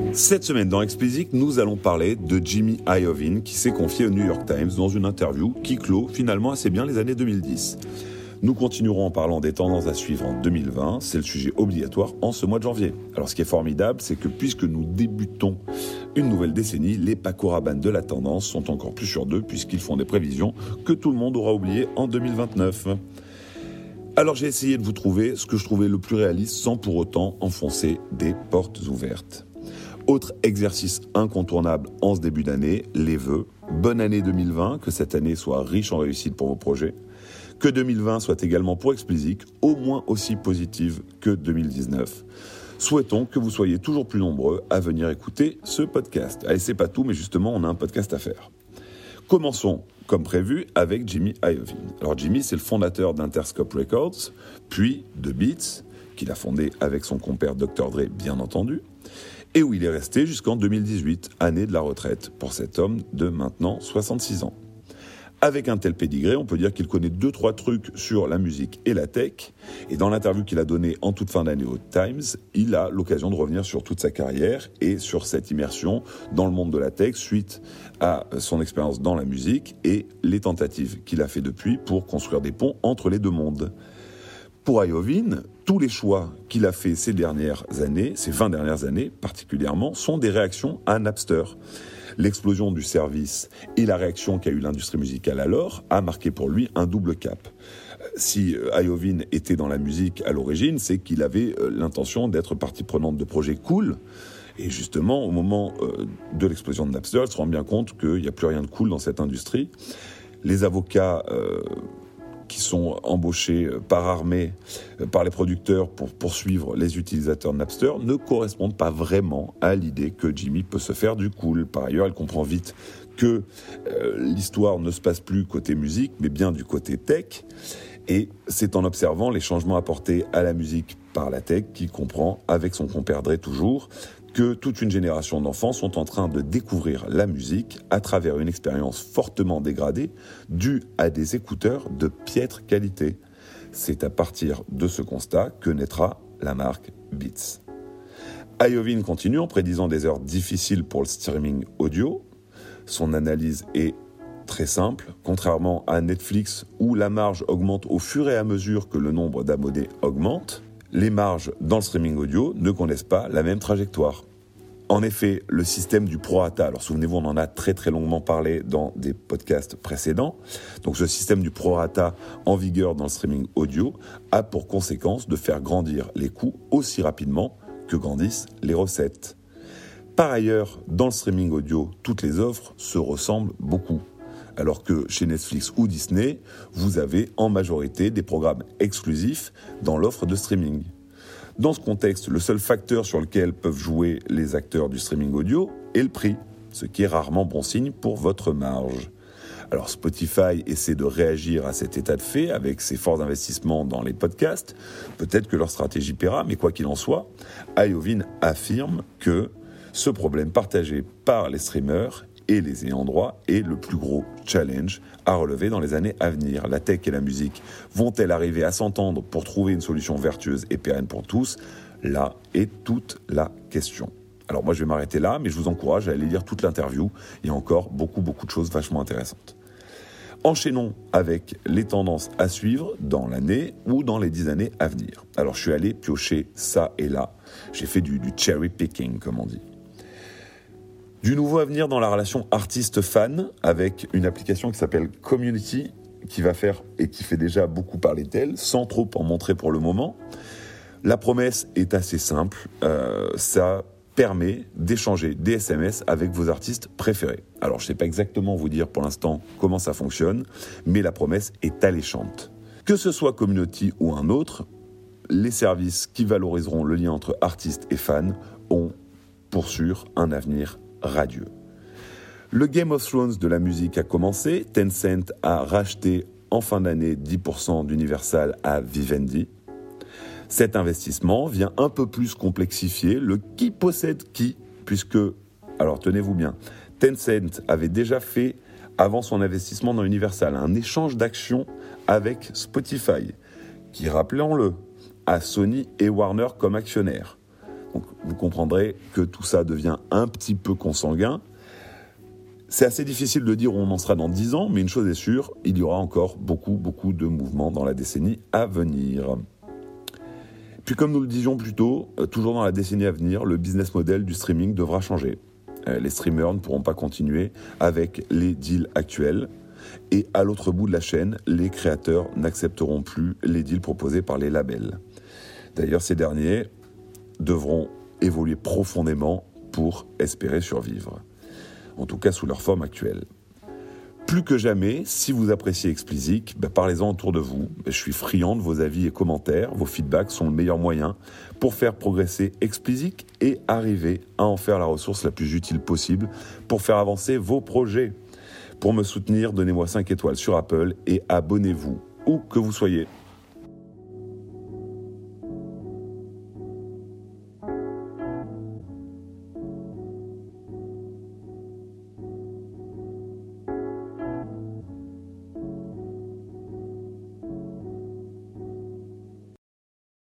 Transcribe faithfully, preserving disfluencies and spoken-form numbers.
Cette semaine dans Explicit, nous allons parler de Jimmy Iovine qui s'est confié au New York Times dans une interview qui clôt finalement assez bien les années deux mille dix. Nous continuerons en parlant des tendances à suivre en deux mille vingt, c'est le sujet obligatoire en ce mois de janvier. Alors ce qui est formidable, c'est que puisque nous débutons une nouvelle décennie, les Paco Rabanne de la tendance sont encore plus sur deux puisqu'ils font des prévisions que tout le monde aura oubliées en deux mille vingt-neuf. Alors j'ai essayé de vous trouver ce que je trouvais le plus réaliste sans pour autant enfoncer des portes ouvertes. Autre exercice incontournable en ce début d'année, les vœux. Bonne année deux mille vingt, que cette année soit riche en réussite pour vos projets. Que deux mille vingt soit également pour Explicit au moins aussi positive que deux mille dix-neuf. Souhaitons que vous soyez toujours plus nombreux à venir écouter ce podcast. Allez, c'est pas tout, mais justement, on a un podcast à faire. Commençons, comme prévu, avec Jimmy Iovine. Alors Jimmy, c'est le fondateur d'Interscope Records, puis de Beats, qu'il a fondé avec son compère docteur Dre, bien entendu, et où il est resté jusqu'en deux mille dix-huit, année de la retraite, pour cet homme de maintenant soixante-six ans. Avec un tel pédigré, on peut dire qu'il connaît deux trois trucs sur la musique et la tech. Et dans l'interview qu'il a donnée en toute fin d'année au Times, il a l'occasion de revenir sur toute sa carrière et sur cette immersion dans le monde de la tech suite à son expérience dans la musique et les tentatives qu'il a fait depuis pour construire des ponts entre les deux mondes. Pour Iovine, tous les choix qu'il a fait ces dernières années, ces vingt dernières années particulièrement, sont des réactions à Napster. L'explosion du service et la réaction qu'a eu l'industrie musicale alors a marqué pour lui un double cap. Si Iovine était dans la musique à l'origine, c'est qu'il avait l'intention d'être partie prenante de projets cool. Et justement, au moment de l'explosion de Napster, il se rend bien compte qu'il n'y a plus rien de cool dans cette industrie. Les avocats euh, qui sont embauchés par armée, par les producteurs pour poursuivre les utilisateurs de Napster, ne correspondent pas vraiment à l'idée que Jimmy peut se faire du cool. Par ailleurs, elle comprend vite que euh, l'histoire ne se passe plus côté musique, mais bien du côté tech. Et c'est en observant les changements apportés à la musique par la tech qu'il comprend, avec son compère Dre toujours, que toute une génération d'enfants sont en train de découvrir la musique à travers une expérience fortement dégradée due à des écouteurs de piètre qualité. C'est à partir de ce constat que naîtra la marque Beats. Iovine continue en prédisant des heures difficiles pour le streaming audio. Son analyse est très simple. Contrairement à Netflix où la marge augmente au fur et à mesure que le nombre d'abonnés augmente, les marges dans le streaming audio ne connaissent pas la même trajectoire. En effet, le système du prorata, alors souvenez-vous, on en a très très longuement parlé dans des podcasts précédents, donc ce système du prorata en vigueur dans le streaming audio a pour conséquence de faire grandir les coûts aussi rapidement que grandissent les recettes. Par ailleurs, dans le streaming audio, toutes les offres se ressemblent beaucoup. Alors que chez Netflix ou Disney, vous avez en majorité des programmes exclusifs dans l'offre de streaming. Dans ce contexte, le seul facteur sur lequel peuvent jouer les acteurs du streaming audio est le prix, ce qui est rarement bon signe pour votre marge. Alors Spotify essaie de réagir à cet état de fait avec ses forts investissements dans les podcasts. Peut-être que leur stratégie paiera, mais quoi qu'il en soit, Iovine affirme que ce problème partagé par les streamers et les ayants droit est le plus gros challenge à relever dans les années à venir. La tech et la musique vont-elles arriver à s'entendre pour trouver une solution vertueuse et pérenne pour tous ? Là est toute la question. Alors moi je vais m'arrêter là, mais je vous encourage à aller lire toute l'interview. Il y a encore beaucoup beaucoup de choses vachement intéressantes. Enchaînons avec les tendances à suivre dans l'année ou dans les dix années à venir. Alors je suis allé piocher ça et là. J'ai fait du, du cherry picking comme on dit. Du nouveau à venir dans la relation artiste-fan avec une application qui s'appelle Community qui va faire et qui fait déjà beaucoup parler d'elle sans trop en montrer pour le moment. La promesse est assez simple, euh, ça permet d'échanger des S M S avec vos artistes préférés. Alors je ne sais pas exactement vous dire pour l'instant comment ça fonctionne, mais la promesse est alléchante. Que ce soit Community ou un autre, les services qui valoriseront le lien entre artistes et fans ont pour sûr un avenir radieux. Le Game of Thrones de la musique a commencé. Tencent a racheté en fin d'année dix pour cent d'Universal à Vivendi. Cet investissement vient un peu plus complexifier le qui possède qui, puisque, alors tenez-vous bien, Tencent avait déjà fait, avant son investissement dans Universal, un échange d'actions avec Spotify, qui, rappelons-le, a Sony et Warner comme actionnaires. Donc, vous comprendrez que tout ça devient un petit peu consanguin. C'est assez difficile de dire où on en sera dans dix ans, mais une chose est sûre, il y aura encore beaucoup, beaucoup de mouvements dans la décennie à venir. Puis comme nous le disions plus tôt, toujours dans la décennie à venir, le business model du streaming devra changer. Les streamers ne pourront pas continuer avec les deals actuels. Et à l'autre bout de la chaîne, les créateurs n'accepteront plus les deals proposés par les labels. D'ailleurs, ces derniers devront évoluer profondément pour espérer survivre. En tout cas, sous leur forme actuelle. Plus que jamais, si vous appréciez Explicit, bah, parlez-en autour de vous. Je suis friand de vos avis et commentaires. Vos feedbacks sont le meilleur moyen pour faire progresser Explicit et arriver à en faire la ressource la plus utile possible pour faire avancer vos projets. Pour me soutenir, donnez-moi cinq étoiles sur Apple et abonnez-vous où que vous soyez.